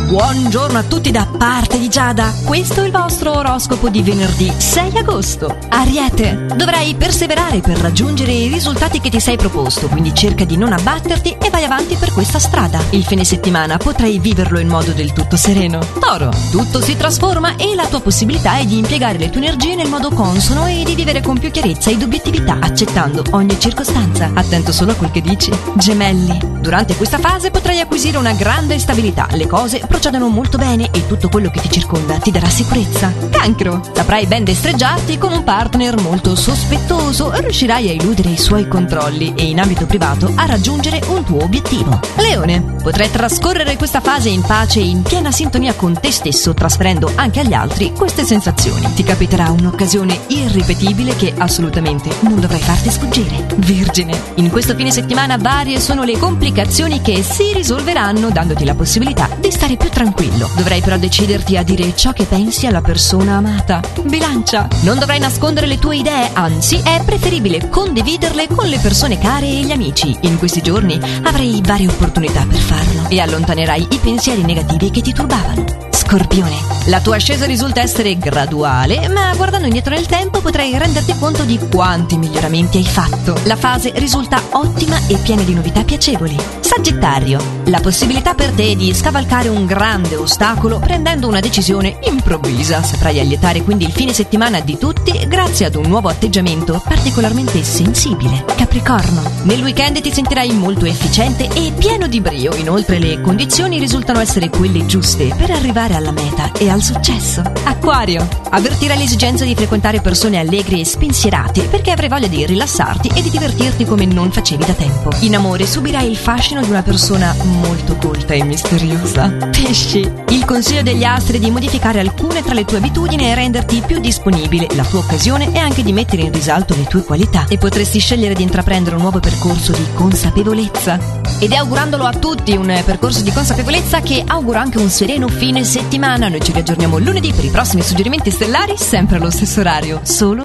Buongiorno a tutti da parte di Giada. Questo è il vostro oroscopo di venerdì 6 agosto. Ariete, dovrai perseverare per raggiungere i risultati che ti sei proposto, quindi cerca di non abbatterti e vai avanti per questa strada. Il fine settimana potrai viverlo in modo del tutto sereno. Toro, tutto si trasforma e la tua possibilità è di impiegare le tue energie nel modo consono e di vivere con più chiarezza ed obiettività, accettando ogni circostanza. Attento solo a quel che dici. Gemelli, durante questa fase potrai acquisire una grande stabilità. Le cose procedono molto bene e tutto quello che ti circonda ti darà sicurezza. Cancro, saprai ben destreggiarti con un partner molto sospettoso, riuscirai a eludere i suoi controlli e in ambito privato a raggiungere un tuo obiettivo. Leone, potrai trascorrere questa fase in pace e in piena sintonia con te stesso, trasferendo anche agli altri queste sensazioni. Ti capiterà un'occasione irripetibile che assolutamente non dovrai farti sfuggire. Vergine, in questo fine settimana varie sono le complicazioni che si risolveranno dandoti la possibilità di stare più tranquillo. Dovrai però deciderti a dire ciò che pensi alla persona amata. Bilancia, non dovrai nascondere le tue idee, anzi è preferibile condividerle con le persone care e gli amici. In questi giorni avrai varie opportunità per farlo e allontanerai i pensieri negativi che ti turbavano. Scorpione, la tua ascesa risulta essere graduale, ma guardando indietro nel tempo potrai renderti conto di quanti miglioramenti hai fatto. La fase risulta ottima e piena di novità piacevoli. Sagittario, la possibilità per te di scavalcare un grande ostacolo prendendo una decisione improvvisa. Saprai allietare quindi il fine settimana di tutti grazie ad un nuovo atteggiamento particolarmente sensibile. Capricorno, nel weekend ti sentirai molto efficiente e pieno di brio. Inoltre le condizioni risultano essere quelle giuste per arrivare alla meta e al successo. Acquario, avvertirai l'esigenza di frequentare persone allegre e spensierate perché avrai voglia di rilassarti e di divertirti come non facevi da tempo. In amore subirai il fascino di una persona molto colta e misteriosa. Pesci, il consiglio degli astri è di modificare alcune tra le tue abitudini e renderti più disponibile. La tua occasione è anche di mettere in risalto le tue qualità e potresti scegliere di intraprendere un nuovo percorso di consapevolezza. Ed è augurandolo a tutti un percorso di consapevolezza che auguro anche un sereno fine settimana. Noi ci riaggiorniamo lunedì per i prossimi suggerimenti stellari, sempre allo stesso orario, solo